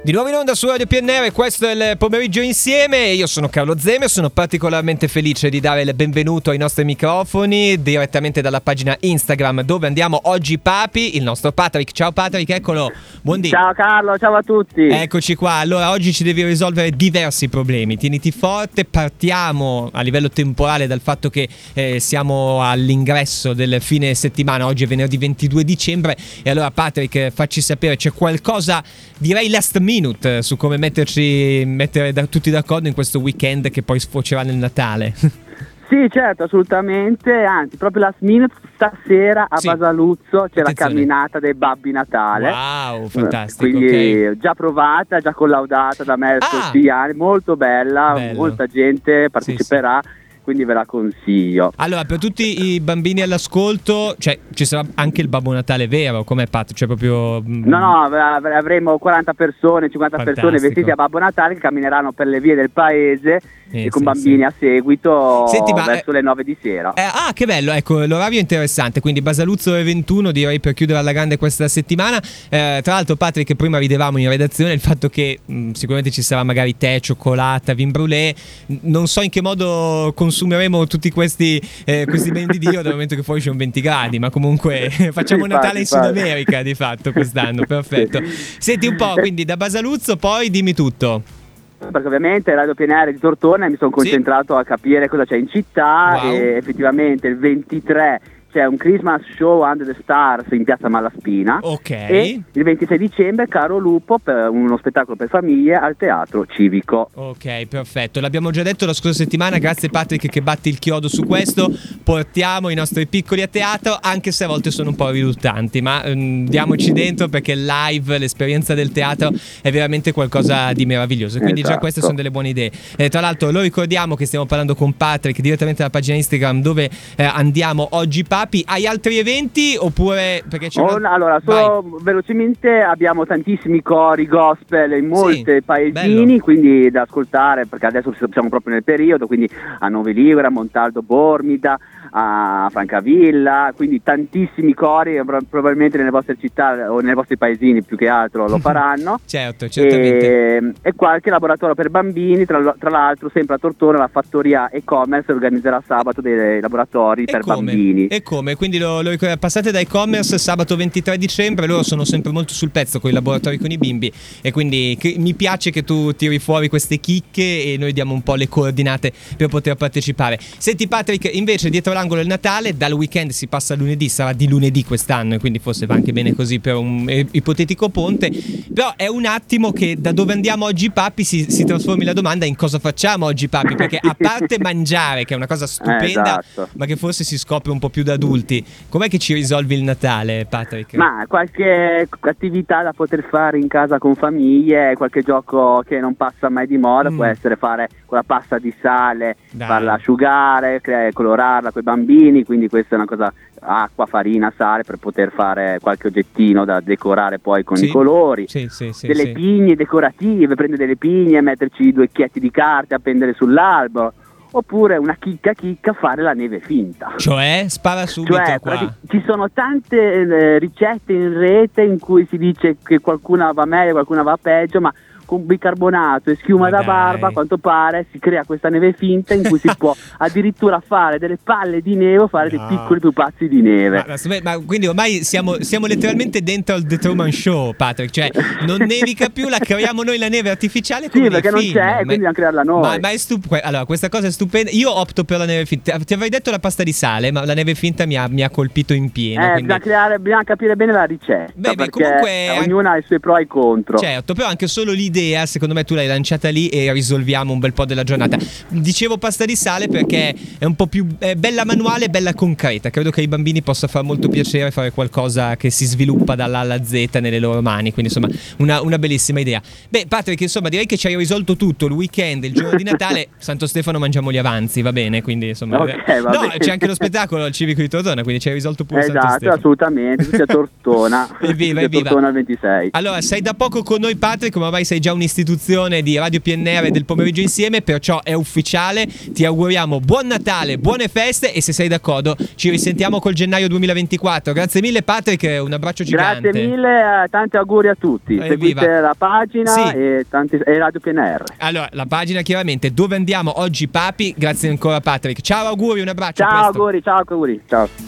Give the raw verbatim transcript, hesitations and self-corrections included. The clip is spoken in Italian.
Di nuovo in onda su Radio P N R, questo è il pomeriggio insieme. Io sono Carlo Zeme, sono particolarmente felice di dare il benvenuto ai nostri microfoni direttamente dalla pagina Instagram dove andiamo oggi papi, il nostro Patrick. Ciao Patrick, eccolo, buondì. Ciao Carlo, ciao a tutti. Eccoci qua, allora oggi ci devi risolvere diversi problemi, tieniti forte, partiamo a livello temporale dal fatto che eh, siamo all'ingresso del fine settimana, oggi è venerdì ventidue dicembre e allora Patrick facci sapere, c'è qualcosa direi last minute su come metterci mettere da, tutti d'accordo in questo weekend che poi sfocerà nel Natale. Sì, certo, assolutamente, anzi proprio last minute stasera a sì. Basaluzzo c'è Attenzione. La camminata dei Babbi Natale. Wow, fantastico. Quindi okay. già provata, già collaudata da me questi ah. anni, molto bella, Bello. Molta gente parteciperà. Sì, sì. Quindi ve la consiglio. Allora, per tutti i bambini all'ascolto, cioè ci sarà anche il Babbo Natale vero, come Pat? Cioè proprio No, no, avremo quaranta persone, cinquanta Fantastico. Persone vestiti a Babbo Natale che cammineranno per le vie del paese eh, e con sì, bambini sì. a seguito Senti, ma, verso le nove di sera. Eh, ah, che bello, ecco, l'orario è interessante, quindi Basaluzzo ore ventuno direi per chiudere alla grande questa settimana. Eh, tra l'altro Patrick, prima ridevamo in redazione il fatto che mh, sicuramente ci sarà magari tè, cioccolata, vin brûlée, non so in che modo consumeremo tutti questi eh, questi beni di Dio dal momento che fuori sono venti gradi, ma comunque facciamo sì, Natale infatti, in Sud America di fatto quest'anno, perfetto. Senti un po', quindi da Basaluzzo poi dimmi tutto. Perché ovviamente Radio P N R di Tortona mi sono concentrato sì. a capire cosa c'è in città wow. e effettivamente il ventitré c'è un Christmas Show Under the Stars in piazza Malaspina. Ok. E il ventisei dicembre Caro Lupo per uno spettacolo per famiglie al Teatro Civico. Ok, perfetto. L'abbiamo già detto la scorsa settimana, grazie Patrick che batti il chiodo su questo. Portiamo i nostri piccoli a teatro, anche se a volte sono un po' riduttanti, ma um, diamoci dentro perché live, l'esperienza del teatro è veramente qualcosa di meraviglioso. Quindi esatto. già queste sono delle buone idee. Eh, tra l'altro lo ricordiamo che stiamo parlando con Patrick direttamente dalla pagina Instagram dove eh, andiamo oggi papi. Hai altri eventi oppure perché c'è oh, una... allora solo Vai. velocemente abbiamo tantissimi cori gospel in molti sì, paesini bello. Quindi da ascoltare perché adesso siamo proprio nel periodo, quindi a Novi Ligure, a Montaldo Bormida, a Francavilla, quindi tantissimi cori probabilmente nelle vostre città o nei vostri paesini più che altro lo faranno. Certo, certamente. E, e qualche laboratorio per bambini, tra, tra l'altro sempre a Tortona la fattoria e-commerce organizzerà sabato dei laboratori e per come? bambini. E come? Quindi lo, lo passate da e-commerce sabato ventitré dicembre, loro sono sempre molto sul pezzo con i laboratori con i bimbi e quindi che, mi piace che tu tiri fuori queste chicche e noi diamo un po' le coordinate per poter partecipare. Senti Patrick, invece dietro l'angolo il Natale, dal weekend si passa a lunedì, sarà di lunedì quest'anno e quindi forse va anche bene così per un eh, ipotetico ponte, però è un attimo che da dove andiamo oggi papi si, si trasformi la domanda in cosa facciamo oggi papi, perché a parte mangiare che è una cosa stupenda eh, esatto. ma che forse si scopre un po' più da adulti, com'è che ci risolvi il Natale Patrick? Ma qualche attività da poter fare in casa con famiglie, qualche gioco che non passa mai di moda, mm. può essere fare con la pasta di sale, Dai. farla asciugare, colorarla con i bambini, quindi questa è una cosa, acqua, farina, sale per poter fare qualche oggettino da decorare poi con sì. i colori, sì, sì, sì, delle sì. pigne decorative, prendere delle pigne, metterci due chietti di carta, appendere sull'albero. Oppure una chicca chicca fare la neve finta. Cioè, spara subito cioè, qua. Ci sono tante eh, ricette in rete in cui si dice che qualcuna va meglio, qualcuna va peggio, ma con bicarbonato e schiuma ma da dai. barba, a quanto pare si crea questa neve finta in cui si può addirittura fare delle palle di neve o fare no. dei piccoli pupazzi di neve. Ma, ma, ma quindi ormai siamo, siamo letteralmente dentro al The Truman Show, Patrick, cioè non nevica più, la creiamo noi la neve artificiale come sì, perché non film. c'è, ma, quindi dobbiamo crearla noi. Ma, ma è stup- allora, questa cosa è stupenda. Io opto per la neve finta. Ti avrei detto la pasta di sale, ma la neve finta mi ha, mi ha colpito in pieno. Eh, quindi... bisogna, creare, bisogna capire bene la ricetta. Beh, beh, perché comunque ognuna ha i suoi pro e i contro. Certo, però anche solo l'idea, secondo me tu l'hai lanciata lì e risolviamo un bel po' della giornata. Dicevo pasta di sale perché è un po' più è bella manuale, bella concreta. Credo che ai bambini possa far molto piacere fare qualcosa che si sviluppa dall'A alla Z nelle loro mani, quindi insomma una, una bellissima idea. Beh Patrick, insomma direi che ci hai risolto tutto, il weekend, il giorno di Natale, Santo Stefano mangiamo gli avanzi, va bene, quindi insomma okay, va no, bene. C'è anche lo spettacolo al Civico di Tortona, quindi ci hai risolto pure esatto, Santo Stefano. Assolutamente, tutti a Tortona. Evviva, evviva. Tortona ventisei. Allora, sei da poco con noi Patrick, ma ormai sei già un'istituzione di Radio P N R e del Pomeriggio Insieme, perciò è ufficiale. Ti auguriamo buon Natale, buone feste e se sei d'accordo ci risentiamo col gennaio duemilaventiquattro. Grazie mille Patrick, un abbraccio gigante. Grazie mille, tanti auguri a tutti. Eh, Seguite viva. la pagina Sì. e, tanti, e Radio P N R. Allora, la pagina chiaramente Dove andiamo oggi papi. Grazie ancora Patrick. Ciao, auguri, un abbraccio. Ciao a presto. auguri, ciao auguri, ciao.